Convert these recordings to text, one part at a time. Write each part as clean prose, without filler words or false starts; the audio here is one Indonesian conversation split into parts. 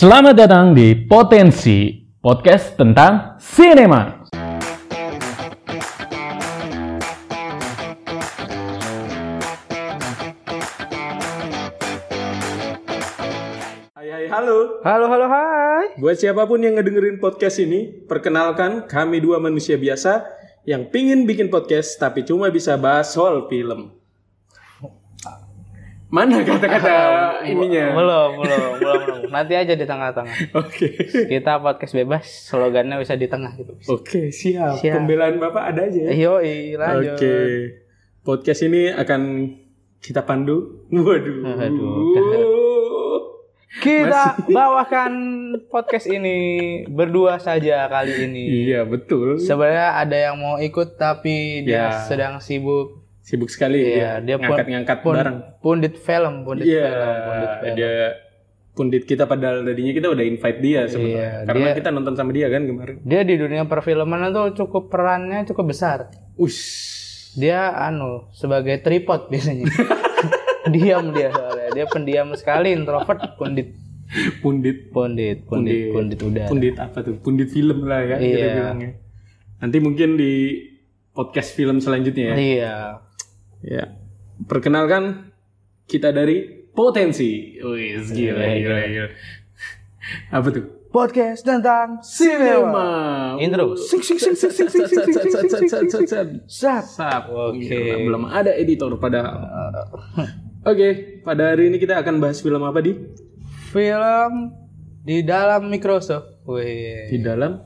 Selamat datang di Potensi, podcast tentang sinema. Hai, halo. Hai. Buat siapapun yang ngedengerin podcast ini, perkenalkan kami dua manusia biasa yang pingin bikin podcast tapi cuma bisa bahas soal film. Mana kata-kata ininya? Belum. Nanti aja di tengah-tengah. Oke. Kita podcast bebas, slogannya bisa di tengah gitu. Oke, siap. Pembelaan Bapak ada aja ya? Yoi, lanjut. Oke. Podcast ini akan kita pandu. Waduh. Kita bawakan podcast ini berdua saja kali ini. Iya, betul. Sebenarnya ada yang mau ikut tapi dia sedang sibuk. Sibuk sekali Iya, dia ngangkat bareng. Pundit film. Dia pundit kita, padahal tadinya kita udah invite dia sebenarnya. Karena kita nonton sama dia kan kemarin. Dia di dunia perfilman itu perannya cukup besar. Dia sebagai tripod biasanya. Diam dia soalnya. Dia pendiam sekali, introvert, pundit udara. Pundit apa tuh? Pundit film lah ya kita bilangnya. Nanti mungkin di podcast film selanjutnya ya. Iya. Ya. Perkenalkan kita dari Potensi. Wih, gila. Apa tuh? Podcast tentang sinema. Intro. Sap. Oke. Belum ada editor padahal. Oke, pada hari ini kita akan bahas film apa di? Film di dalam Microsoft. Di dalam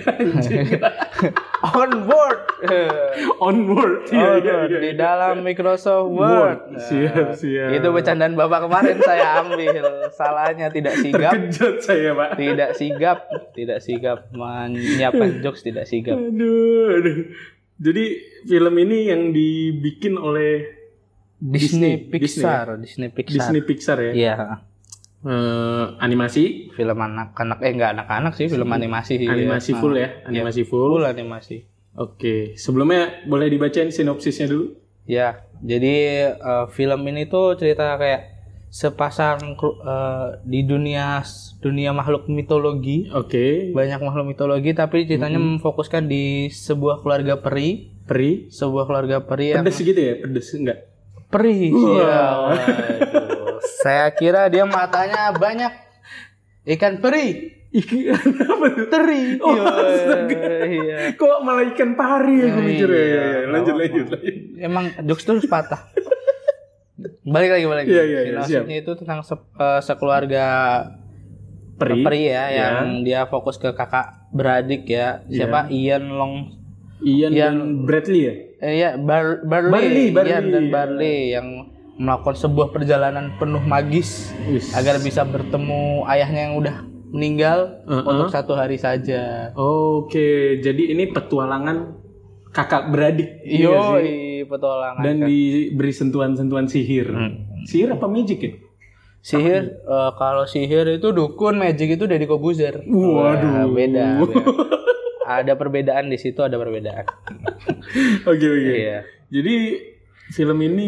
Onward. Di dalam Microsoft Word. Siap. Itu bercandaan Bapak kemarin saya ambil. Salahnya tidak sigap. Terkejut saya, Pak. Tidak sigap menyiapkan jokes, tidak sigap. Aduh. Jadi film ini yang dibikin oleh Disney Pixar ya. Iya. Animasi, film anak-anak, enggak anak-anak sih, film animasi sih. Animasi full ya, animasi full. Full animasi. Oke, sebelumnya boleh dibacain sinopsisnya dulu? Ya, jadi film ini tuh cerita kayak sepasang di dunia makhluk mitologi. Oke. Banyak makhluk mitologi, tapi ceritanya memfokuskan di sebuah keluarga peri. Sebuah keluarga peri yang pedes gitu ya? Pedes enggak? Peri. Iya. Saya kira dia matanya banyak ikan peri. Apa tuh? Teri. Iya. Kok malah ikan pari ya gue mikir ya. Lanjut. Emang jokes terus patah. Balik lagi. Iya, Sinopsisnya itu tentang sekeluarga peri ya, yang dia fokus ke kakak beradik ya. Siapa? Ian dan Bradley ya? Iya, Barley. Ian dan Barley yang melakukan sebuah perjalanan penuh magis agar bisa bertemu ayahnya yang udah meninggal untuk satu hari saja. Oke, jadi ini petualangan kakak beradik. Petualangan. Dan diberi sentuhan-sentuhan sihir. Sihir apa magic ya? Sihir, kalau sihir itu dukun, magic itu Deddy Kobuzer. Waduh. Beda. Ada perbedaan di situ, ada perbedaan. Oke. Iya. Jadi film ini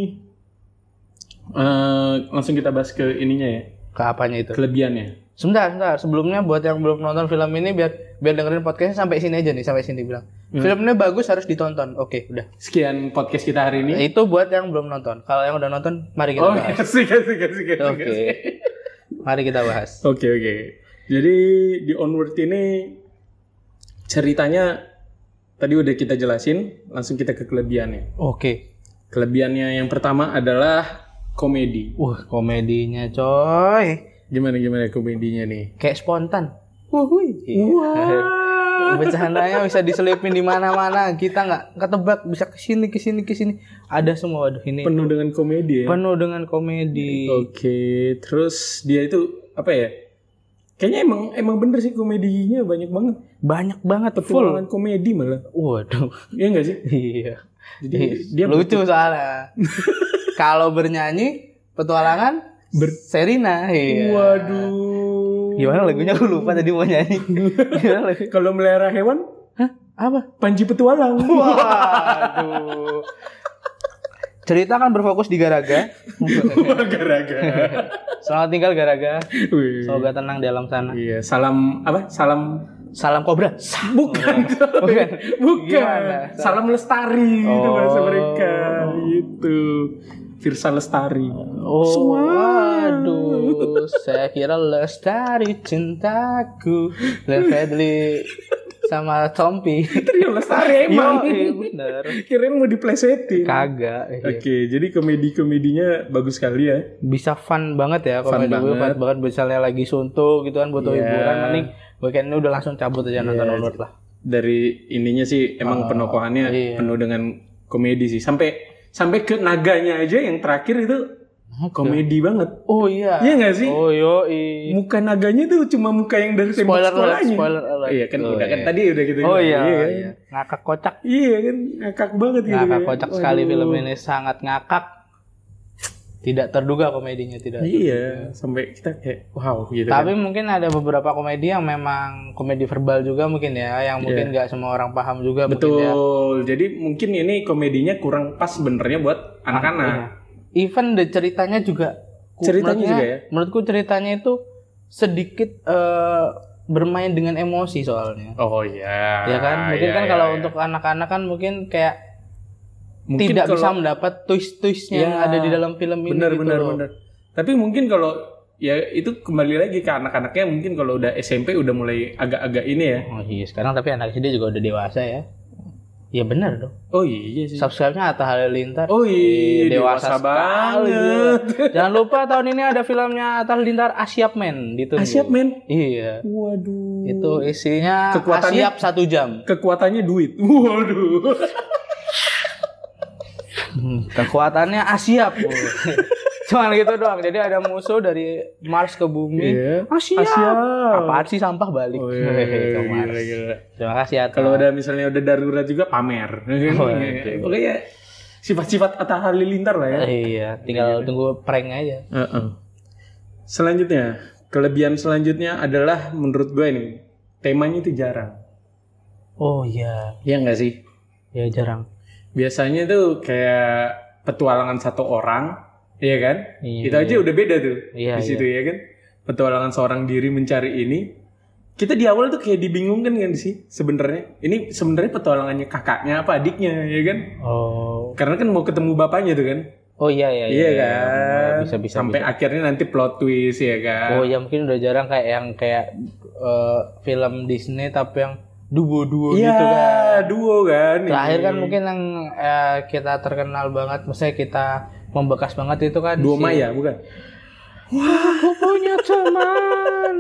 langsung kita bahas ke ininya ya. Ke apanya itu? Kelebihannya. Sebentar. Sebelumnya buat yang belum nonton film ini biar dengerin podcastnya sampai sini aja nih, sampai sini bilang. Filmnya bagus, harus ditonton. Oke, udah. Sekian podcast kita hari ini. Itu buat yang belum nonton. Kalau yang udah nonton, mari kita bahas. Asik. Oke. Mari kita bahas. Oke. Jadi di Onward ini ceritanya tadi udah kita jelasin, langsung kita ke kelebihannya. Oke. Kelebihannya yang pertama adalah komedi. Komedinya coy. Gimana komedinya nih? Kayak spontan. Bercandanya bisa diselipin di mana-mana. Kita nggak ketebak, bisa kesini. Ada semua. Ini penuh dengan komedi ya? Penuh dengan komedi. Oke. Terus dia itu apa ya? Kayaknya emang bener sih, komedinya banyak banget. Petualangan komedi malah. Waduh. Iya nggak sih? Iya. Jadi dia lucu soalnya. Kalau bernyanyi petualangan Serina. Iya. Waduh. Gimana lagunya, aku lupa tadi mau nyanyi. Kalau melihara hewan? Apa? Panji Petualang. Waduh. Cerita kan berfokus di Garaga. Garaga. Selamat tinggal Garaga. Wih. Semoga tenang di alam sana. Iya, salam apa? Salam Kobra. Bukan. Gimana? Salam Lestari itu bahasa mereka. Gitu. Firsa Lestari. Oh, waduh, saya kira Lestari cintaku. Glenn Fredly sama Tompi. Trio Lestari emang. Iya, bener. Kirain mau diplesetin. Kagak. Iya. Oke, jadi komedi-komedinya bagus sekali ya. Bisa fun banget ya Fun komedi gue. banget. Fun banget misalnya lagi suntuk gitu kan butuh Iya. hiburan, mending weekend ini udah langsung cabut aja nonton Onward lah. Dari ininya sih emang penokohannya iya. penuh dengan komedi sih. Sampai ke naganya aja yang terakhir itu komedi banget. Oh iya. Iya nggak sih? Oh yoi. Muka naganya tuh cuma muka yang dari tembok Spoiler alert, sekolahnya. spoiler alert. Iya kan Oh, udah kan iya. tadi udah gitu. Oh iya, kan? iya. Ngakak kocak. Iya kan ngakak banget gitu. Ngakak kan. kocak sekali Waduh. film ini, sangat ngakak. Tidak terduga komedinya, tidak. Iya, sampai kita kayak wow gitu. Tapi kan. mungkin ada beberapa komedi yang memang komedi verbal juga mungkin ya, yang mungkin nggak semua orang paham juga mungkin ya. Betul. Jadi mungkin ini komedinya kurang pas sebenarnya buat anak-anak. Iya. Even the ceritanya juga. Ceritanya juga ya? Menurutku ceritanya itu sedikit bermain dengan emosi soalnya. Oh iya. Ya kan? Mungkin Iya, kan iya, kalau iya. untuk anak-anak kan mungkin kayak Mungkin tidak kalau- bisa mendapat twist-twistnya yang Ya, ada di dalam film ini. benar gitu benar loh. benar. Tapi mungkin kalau ya itu kembali lagi ke anak-anaknya, mungkin kalau udah SMP udah mulai agak-agak ini ya. Oh iya, sekarang tapi anak SD juga udah dewasa ya. Ya benar dong. Oh iya sih. Subscribe-nya Atta Halilintar. Oh iya, dewasa dewasa banget. Jangan lupa tahun ini ada filmnya Atta Halilintar, Asiap Men, ditunggu. Asiap men. Iya. Waduh. Itu isinya Kekuatannya- Asiap 1 jam. Kekuatannya duit. Waduh. Kekuatannya Asiap. Cuman gitu doang. Jadi ada musuh dari Mars ke bumi. Iya. Asiap. Asiap. Apaan sih sampah balik. Oh, Ke iya, Mars. gila. Terima kasih Atta. Kalau udah misalnya udah darurat juga pamer. Oh, iya. Pokoknya sifat-sifat Atta Halilintar lah ya. Iya, tinggal tunggu prank aja. Selanjutnya, kelebihan selanjutnya adalah menurut gue ini temanya itu jarang. Oh iya, Iya nggak sih? ya jarang. Biasanya tuh kayak petualangan satu orang, iya kan? Iya, Itu aja udah beda tuh Iya, di situ ya kan? Petualangan seorang diri mencari ini. Kita di awal tuh kayak dibingungkan kan sih sebenarnya. Ini sebenarnya petualangannya kakaknya apa adiknya, ya kan? Oh, Karena kan mau ketemu bapaknya tuh kan? oh iya iya. Iya kan? Bisa. Sampai akhirnya nanti plot twist ya kan? Oh ya mungkin udah jarang kayak yang kayak film Disney tapi yang duo-duo Iya, gitu kan. duo kan. Terakhir ini. kan mungkin yang kita terkenal banget, maksudnya kita membekas banget itu kan. Duo si- Maya bukan? Aku punya teman.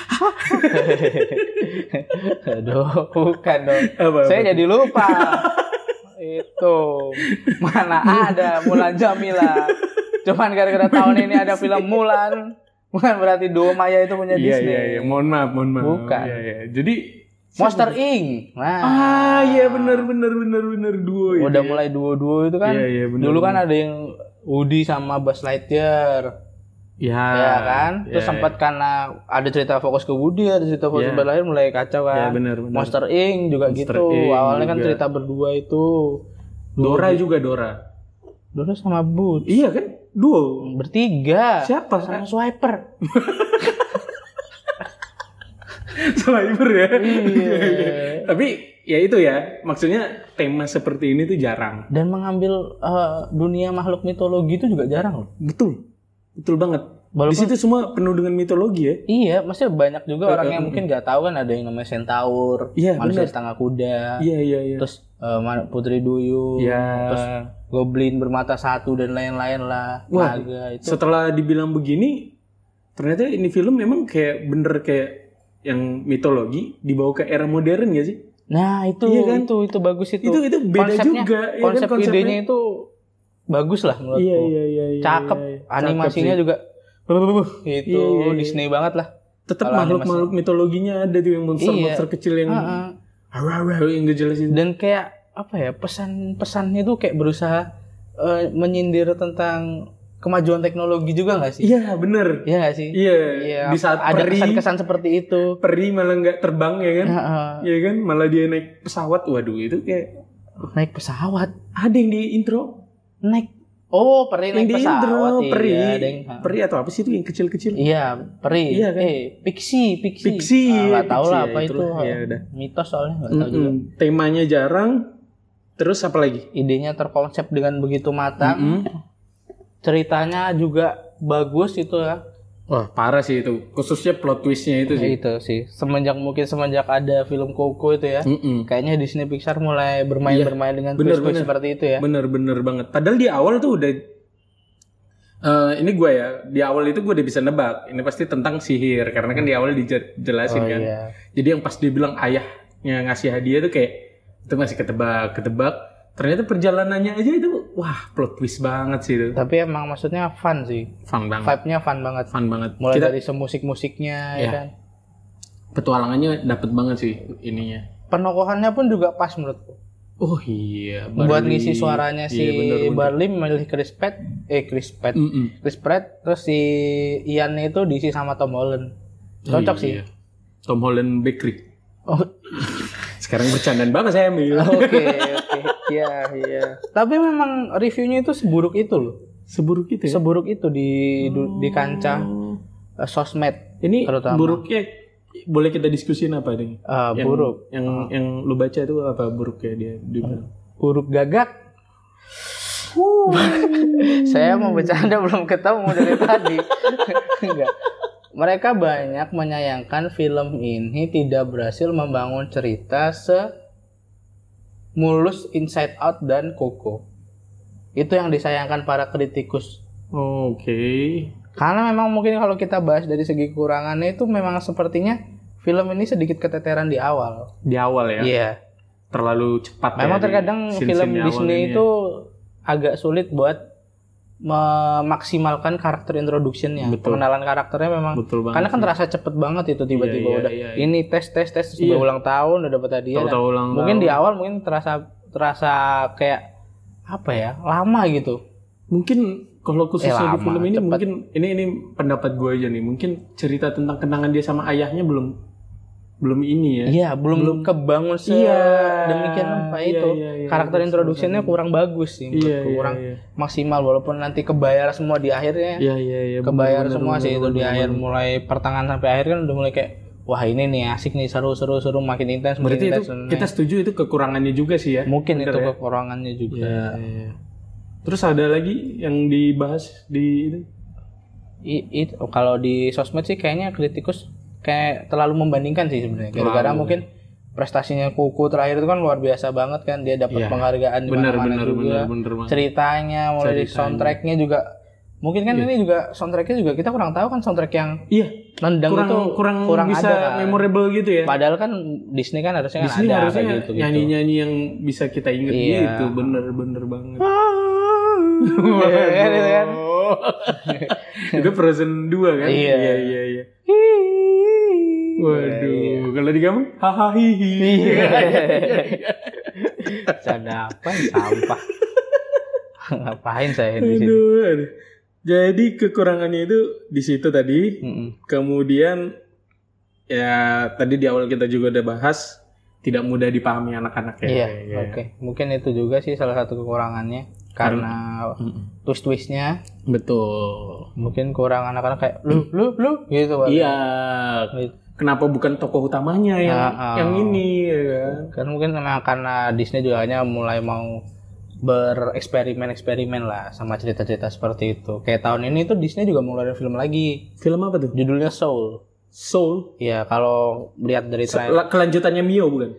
Aduh, bukan dong. Apa? Saya jadi lupa. Itu mana ada Mulan Jamila. Cuman gara-gara tahun ini ada film Mulan, bukan berarti Duo Maya itu punya Iya Disney. iya iya. Mohon maaf. Bukan. Iya, iya. Jadi Monster Inc. Nah, iya benar duo ini. udah mulai duo-duo itu kan. Iya, iya, bener, Dulu kan ada yang Woody sama Buzz Lightyear. Ya, Ya kan? Terus iya, sempat karena ada cerita fokus ke Woody, ada cerita fokus Iya. ke Buzz Lightyear, mulai kacau iya. kan. Ya benar. Monster Inc. juga Monster gitu. Inc. Awalnya kan juga. cerita berdua itu. Dora juga Dora. Dora sama Boots. Iya kan? Duo. Bertiga. Siapa? Sama Swiper. Swiper ya. Iya. Tapi ya itu ya, maksudnya tema seperti ini tuh jarang. Dan mengambil dunia makhluk mitologi itu juga jarang loh. Betul. Betul banget. Di Walaupun situ semua penuh dengan mitologi ya. iya, maksudnya banyak juga orang yang mungkin nggak tahu kan ada yang namanya Centaur, Iya, manusia benar. setengah kuda, Iya. terus Putri Duyung, Iya. terus Goblin bermata satu dan lain-lain lah, Wah, naga itu. setelah dibilang begini, ternyata ini film memang kayak bener kayak yang mitologi dibawa ke era modern gak sih? Nah itu, Iya kan? itu bagus itu. Itu beda Konsepnya- juga. ya kan, Konsep konsepnya? idenya itu bagus lah menurutku. Iya. Cakep, Iya. animasinya Cakep sih. juga itu Iya. Disney banget lah. Tetap Kalau makhluk-makhluk mitologinya ada tuh yang monster-monster Iya. kecil yang yang gak jelas itu. Dan kayak apa ya, pesan-pesannya itu kayak berusaha menyindir tentang kemajuan teknologi juga nggak sih? Iya bener. Iya nggak sih? Iya. Di saat ada peri, kesan-kesan seperti itu. peri malah nggak terbang ya kan? Heeh. Iya kan? Malah dia naik pesawat. Waduh itu kayak Naik pesawat, ada yang di intro. naik Oh, peri Yang naik di pesawat. intro, peri. Iya, Peri atau apa sih itu yang kecil-kecil? Iya, peri. Iya kan? Pixie. Pixie. Nggak tahu lah Pixie, apa ya, itu. itulah. Ya udah. Mitos soalnya nggak tahu juga. Temanya jarang. Terus apa lagi? Idenya terkonsep dengan begitu matang. Ceritanya juga bagus itu ya. Wah, parah sih itu. Khususnya plot twistnya itu sih. Itu sih. Semenjak ada film Coco itu ya. Kayaknya Disney Pixar mulai bermain dengan twist-twist seperti itu ya. Bener banget. Padahal di awal tuh udah ini gue ya, di awal itu gue udah bisa nebak. Ini pasti tentang sihir karena kan di awal dijelasin kan. Iya. Jadi yang pas dia bilang ayahnya ngasih hadiah tuh kayak itu masih ketebak. Ternyata perjalanannya aja itu wah plot twist banget sih itu. Tapi emang maksudnya fun sih. Fun banget. Vibe-nya fun banget. Mulai dari semusik-musiknya ya kan. Petualangannya dapet banget sih ininya. Penokohannya pun juga pas menurutku. Oh iya, buat ngisi suaranya si Barley memilih Chris Pratt, terus si Ian itu diisi sama Tom Holland. Cocok sih. Tom Holland Bakery. Oh. Sekarang bercandaan banget saya ambil. Oke. Iya. Tapi memang reviewnya itu seburuk itu loh. Seburuk itu ya? Seburuk itu di kancah sosmed. Ini terutama. Buruknya boleh kita diskusin apa nih? Buruk. Yang lu baca itu apa buruknya dia bilang? Buruk gagak. Saya mau bercanda belum ketemu dari tadi. Enggak. Mereka banyak menyayangkan film ini tidak berhasil membangun cerita semulus Inside Out dan Coco. Itu yang disayangkan para kritikus. Oke. Karena memang mungkin kalau kita bahas dari segi kekurangannya itu memang sepertinya film ini sedikit keteteran di awal. Di awal ya? Iya. Terlalu cepat. Memang terkadang film Disney itu agak sulit buat memaksimalkan karakter introduction-nya. Pengenalan karakternya memang karena kan terasa cepet banget itu tiba-tiba udah ini tes sudah ulang tahun udah dapat hadiah. Mungkin di awal mungkin terasa kayak apa ya? Lama gitu. Mungkin kalau khususnya di film ini cepet. Mungkin ini pendapat gue aja nih. Mungkin cerita tentang kenangan dia sama ayahnya belum ini ya. Iya, belum kebangun demikian apa itu. Karakter introduction-nya kurang bagus sih. Kurang maksimal walaupun nanti kebayar semua di akhirnya. Iya. Kebayar semua sih itu di akhir mulai pertengahan sampai akhir kan udah mulai kayak wah ini nih asik nih seru makin intens. Berarti itu kita setuju itu kekurangannya juga sih ya. Mungkin itu kekurangannya juga. Iya. Terus ada lagi yang dibahas di itu? Kalau di sosmed sih kayaknya kritikus kayak terlalu membandingkan sih sebenarnya. Gara-gara mungkin prestasinya Kuku terakhir itu kan luar biasa banget kan, dia dapat penghargaan di mana-mana juga. Bener. Ceritanya mulai dari soundtracknya juga. Mungkin kan ini juga soundtracknya juga kita kurang tahu kan soundtrack yang nendang itu kurang bisa ada kan. Memorable gitu ya. Padahal kan Disney kan harusnya Disney ada harusnya gitu. Nyanyi-nyanyi yang bisa kita ingat gitu. Bener banget. Itu Frozen 2 kan? Iya. Waduh, kalau di kamu? Hahaha. Canda apa? Sampah. Ngapain saya di sini? Aduh. Jadi kekurangannya itu di situ tadi. Kemudian ya tadi di awal kita juga udah bahas tidak mudah dipahami anak-anak ya. Iya. Oke. Mungkin itu juga sih salah satu kekurangannya karena twist-twistnya. Betul. Mungkin kurang anak-anak kayak lu gitu. Iya. Kenapa bukan tokoh utamanya yang ini ya kan? Kan mungkin karena Disney juga hanya mulai mau bereksperimen lah sama cerita-cerita seperti itu. Kayak tahun ini tuh Disney juga mau ngeluarin film lagi. Film apa tuh? Judulnya Soul. Iya, kalau lihat dari trailer. Kelanjutannya Mio bukan?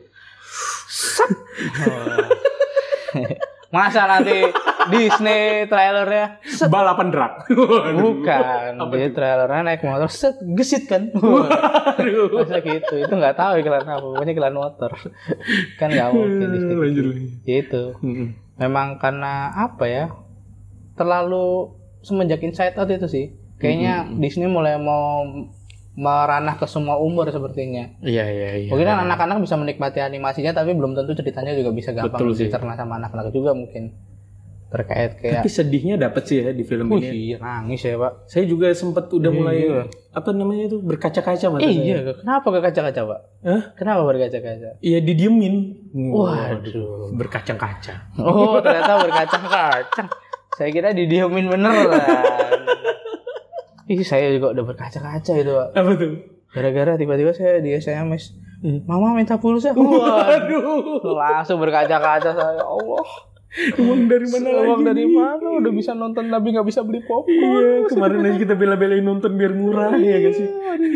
Masa nanti Disney trailernya balapan drag? Bukan, dia trailernya naik motor gesit kan? Masa gitu? Itu nggak tahu iklan apa, pokoknya iklan motor. Kan nggak mungkin Disney. Gitu. Memang karena apa ya? Terlalu semenjak Inside Out itu sih, kayaknya Disney mulai mau meranah ke semua umur sepertinya. Iya. Mungkin kan anak-anak bisa menikmati animasinya, tapi belum tentu ceritanya juga bisa gampang dicerna sama anak-anak juga mungkin. Terkait kayak. Tapi sedihnya dapet sih ya di film ini. Iya, nangis ya Pak. Saya juga sempat udah mulai apa namanya itu berkaca-kaca mata saya. Iya, kenapa berkaca-kaca Pak? Kenapa berkaca-kaca? Iya didiemin. Waduh, berkacang-kaca. Oh ternyata berkacang-kacang. Saya kira didiemin beneran. Ih, saya juga udah berkaca-kaca itu, Pak. Apa tuh? Gara-gara tiba-tiba saya di SMS, Mama minta pulsa. Waduh. Langsung berkaca-kaca saya. Allah. Uang dari mana lagi? Uang dari mana? Udah bisa nonton tapi nggak bisa beli popcorn. Iya, kemarin aja kita bela-belain nonton biar murah ya gak sih?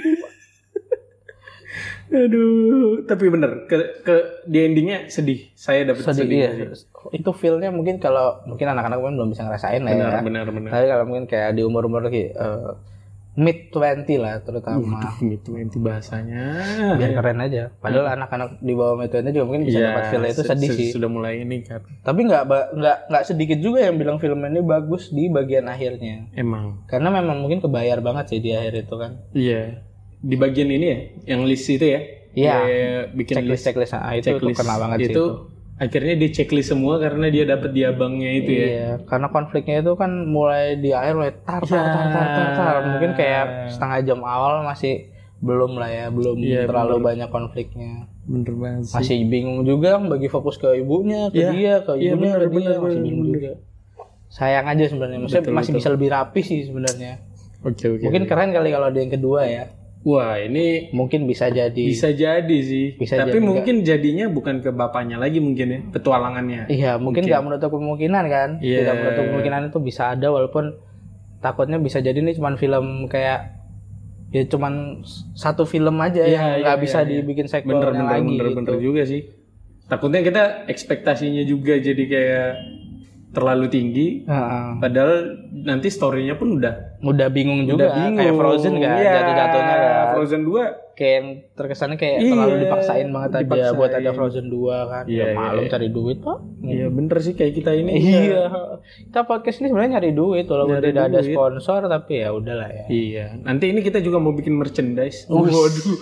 Aduh, tapi bener di endingnya sedih. Saya dapat sedih. Iya. Itu feel-nya mungkin kalau mungkin anak-anak belum bisa ngerasain lah ya. Benar. Tapi kalau mungkin kayak di umur-umur lagi mid 20 lah terutama. Mid 20 bahasanya. Biar keren aja. Padahal anak-anak di bawah mid 20 juga mungkin bisa dapat feel itu sedih sih. Sudah mulai ini kan. Tapi nggak sedikit juga yang bilang film ini bagus di bagian akhirnya. Emang. Karena memang mungkin kebayar banget sih di akhir itu kan. Iya. Di bagian ini ya, yang list itu ya. Iya. Bikin checklist itu kenal banget sih itu. Akhirnya dia checklist semua karena dia dapat di abangnya itu ya. Iya, karena konfliknya itu kan mulai di akhir mulai tar. Mungkin kayak setengah jam awal masih belum lah ya, belum terlalu banyak konfliknya. Bener banget sih. Masih bingung juga bagi fokus ke ibunya, ke dia, ke ibunya, ke dia masih bingung juga. Sayang aja sebenarnya, maksudnya masih bisa lebih rapi sih sebenarnya. Oke. Mungkin keren kali kalau ada yang kedua ya. Wah, ini mungkin bisa jadi. Bisa jadi sih. Tapi mungkin jadinya bukan ke bapaknya lagi mungkin ya, petualangannya. Iya, mungkin nggak menutup kemungkinan kan. Yeah. Tidak menutup kemungkinan itu bisa ada walaupun takutnya bisa jadi ini cuma film kayak ya cuman satu film aja nggak bisa dibikin sequelnya lagi. Bener juga sih. Takutnya kita ekspektasinya juga jadi kayak terlalu tinggi, padahal nanti story-nya pun udah bingung juga, kayak Frozen kan, jatuh-jatuhnya kan. Frozen 2 kayak yang terkesannya kayak terlalu dipaksain banget aja buat ada Frozen 2 kan. Ya malum cari duit, Pak. Iya, bener sih kayak kita ini. Iya. Kita podcast ini sebenarnya nyari duit walaupun tidak ada sponsor tapi ya udahlah ya. Iya. Nanti ini kita juga mau bikin merchandise. Waduh.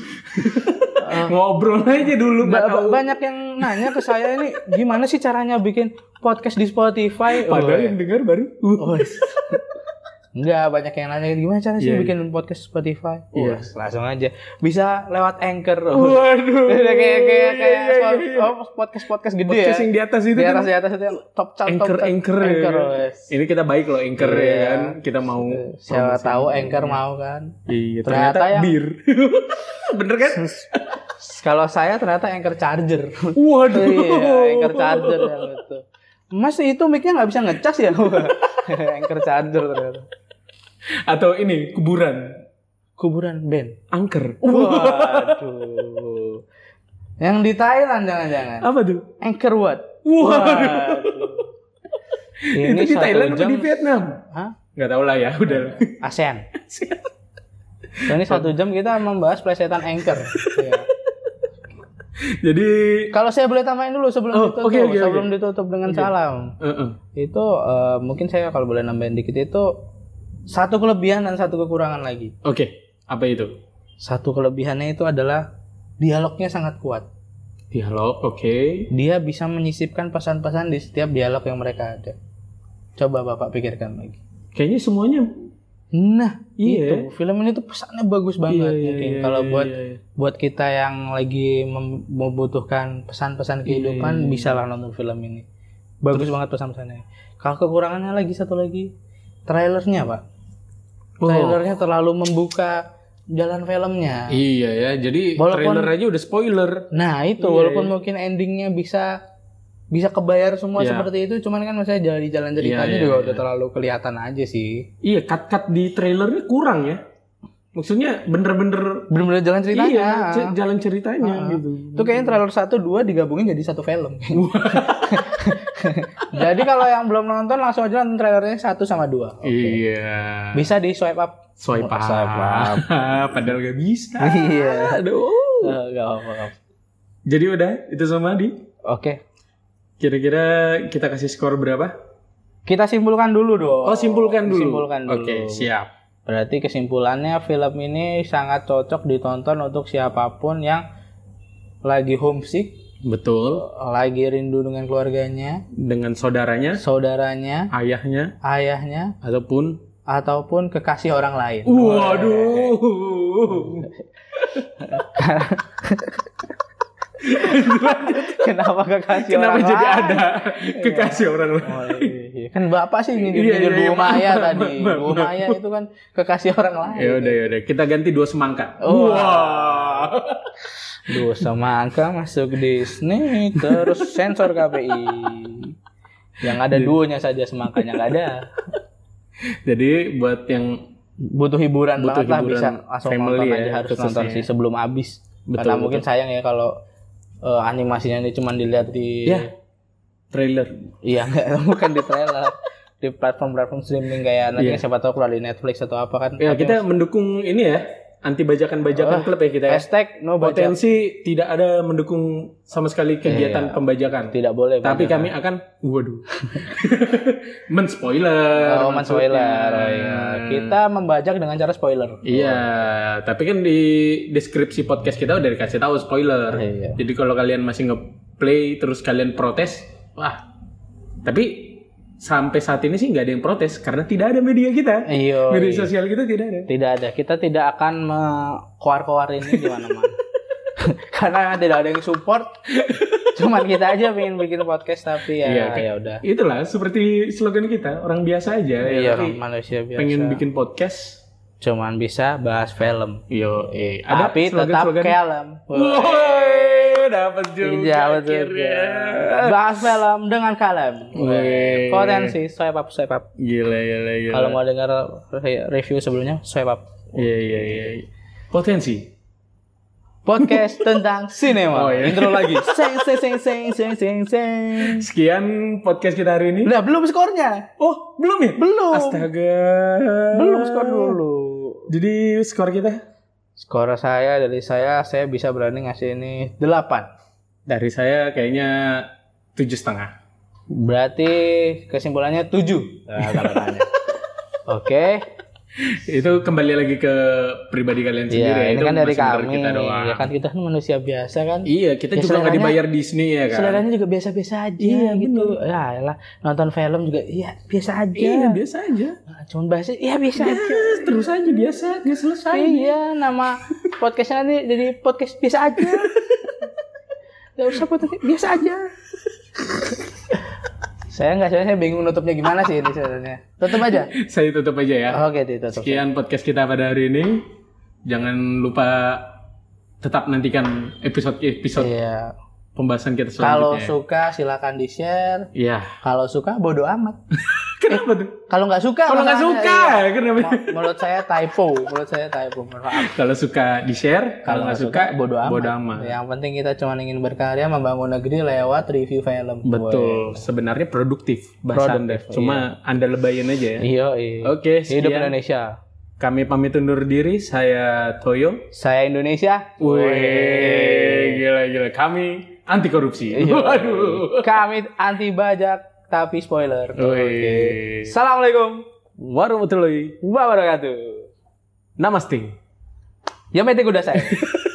Ngobrol aja dulu. Banyak yang nanya ke saya ini gimana sih caranya bikin podcast di Spotify. Padahal yang dengar baru. Enggak, banyak yang nanya gimana caranya sih bikin podcast Spotify. Langsung aja. Bisa lewat Anchor. Waduh. Kayak podcast gede podcast yang di atas itu. Di atas itu yang top Anchor. Ini kita baik loh Anchor ya kan. Kita mau siapa tahu Anchor mau kan. Iya, ternyata bir. Bener kan? Kalau saya ternyata Anchor charger. Waduh. Iya, Anchor charger yang itu. Mas itu mic-nya nggak bisa ngecas ya? Anchor charger ternyata. Atau ini kuburan band. Angker. Waduh. Yang di Thailand jangan-jangan. Apa tuh? Angkor Wat. Waduh. Ini di Thailand atau di Vietnam? Hah? Nggak tahu lah ya, udah. ASEAN. Ini 1 jam kita membahas plesetan Anchor. Ya. Jadi kalau saya boleh tambahin dulu sebelum ditutup dengan salam. Itu mungkin saya kalau boleh nambahin dikit itu satu kelebihan dan satu kekurangan lagi. Oke. Apa itu? Satu kelebihannya itu adalah dialognya sangat kuat. Dialog, oke. Dia bisa menyisipkan pesan-pesan di setiap dialog yang mereka ada. Coba Bapak pikirkan lagi. Kayaknya semuanya. Nah, itu film ini tuh pesannya bagus banget. Kalau buat kita yang lagi membutuhkan pesan-pesan kehidupan, bisa lah nonton film ini. Bagus banget pesan-pesannya. Kalau kekurangannya lagi satu lagi, trailernya Pak. Trailernya terlalu membuka jalan filmnya. Iya ya, jadi trailer aja udah spoiler. Nah itu, walaupun mungkin endingnya bisa kebayar semua seperti itu, cuman kan maksudnya di jalan ceritanya juga udah terlalu kelihatan aja sih. Iya, cut di trailernya kurang ya. Maksudnya bener-bener jalan ceritanya. Iya, jalan ceritanya gitu. Itu kayaknya trailer 1, 2 digabungin jadi satu film. Jadi kalau yang belum nonton langsung aja nonton trailernya 1 sama 2. Iya. Bisa di swipe up. Swipe up. Padahal gak bisa. Iya. Aduh. Gak apa-apa. Jadi udah itu sama di. Oke. Kira-kira kita kasih skor berapa? Kita simpulkan dulu dong. Oh, simpulkan dulu. Oke, siap. Berarti kesimpulannya film ini sangat cocok ditonton untuk siapapun yang lagi homesick. Betul. Lagi rindu dengan keluarganya. Dengan saudaranya. Ayahnya. Ataupun kekasih orang lain. Waduh. Kenapa kekasih orang lain? Kenapa jadi ada kekasih orang lain? kan bapak sih nyindir Bu Maya tadi. Bu Maya itu kan kekasih orang lain. Yaudah. Kita ganti 2 semangka. Wah. 2 semangka masuk Disney terus sensor KPI. Yang ada duonya saja semangkanya nggak ada. Jadi buat yang butuh hiburan banget lah bisa langsung nonton ya, aja harus nonton sih sebelum habis. Karena mungkin sayang ya kalau animasinya ini cuma dilihat di trailer. Iya, bukan di trailer. Di platform streaming kayak nanti siapa tahu keluar di Netflix atau apa kan. Ya, kita mendukung ini ya. Anti bajakan-bajakan klub ya kita ya. Hashtag no bajak. Potensi tidak ada mendukung sama sekali kegiatan pembajakan. Tidak boleh. Tapi kami akan men-spoiler. Men-spoiler. Kita membajak dengan cara spoiler. Iya, tapi kan di deskripsi podcast kita udah dikasih tahu spoiler. Jadi kalau kalian masih nge-play terus kalian protes, tapi sampai saat ini sih nggak ada yang protes karena tidak ada media kita. Media sosial kita tidak ada. Tidak ada. Kita tidak akan koar-koar ini di mana-mana. Karena tidak ada yang support. Cuman kita aja pengen bikin podcast tapi ya udah. Itulah seperti slogan kita, orang biasa aja. Iya, manusia biasa. Pengen bikin podcast cuman bisa bahas film. Tapi tetap kalem. Dapat juga akhirnya. Bahas film dengan kalem. Potensi swipe up. Gila. Kalau mau dengar review sebelumnya swipe up. Iya. Potensi podcast tentang sinema. Intro lagi. Seng. Sekian podcast kita hari ini. Lah, belum skornya. Oh, belum ya? Belum. Astaga. Belum skor dulu. Jadi skor kita? Skor dari saya bisa berani ngasih ini 8. Dari saya kayaknya 7,5. Berarti kesimpulannya 7. Oke. Itu kembali lagi ke pribadi kalian sendiri ya. Ini itu kan dari kami. Kita doang. Ya kan kita kan manusia biasa kan. Iya, kita juga nggak dibayar Disney ya kan. Seleranya juga biasa-biasa aja gitu. Ya elah, nonton film juga biasa aja. Iya, biasa aja. Nah, cuman bahasa biasa aja. Terus aja biasa, nggak selesai. Iya, nama podcastnya nanti jadi podcast biasa aja. Gak usah podcast biasa aja. Saya bingung nutupnya gimana sih ini sebenarnya. Tutup aja. Saya tutup aja ya. Oke, ditutup. Sekian podcast kita pada hari ini. Jangan lupa tetap nantikan episode pembahasan kita selanjutnya. Kalau suka silakan di-share. Iya. Kalau suka bodo amat. Kenapa tuh? Kalau nggak suka. Kenapa? Menurut saya typo. Maaf. Kalau suka di-share, kalau nggak suka bodo amat. Yang penting kita cuma ingin berkarya membangun negeri lewat review film. Betul. Sebenarnya produktif bahasa Anda. Cuma Anda lebayin aja ya. Iya. Oke, sekian. Hidup Indonesia. Kami pamit undur diri. Saya Toyo. Saya Indonesia. Gila. Kami anti korupsi. Waduh. Kami anti bajak tapi spoiler. Oke. Assalamualaikum warahmatullahi wabarakatuh. Namaste. Yamete kudasai.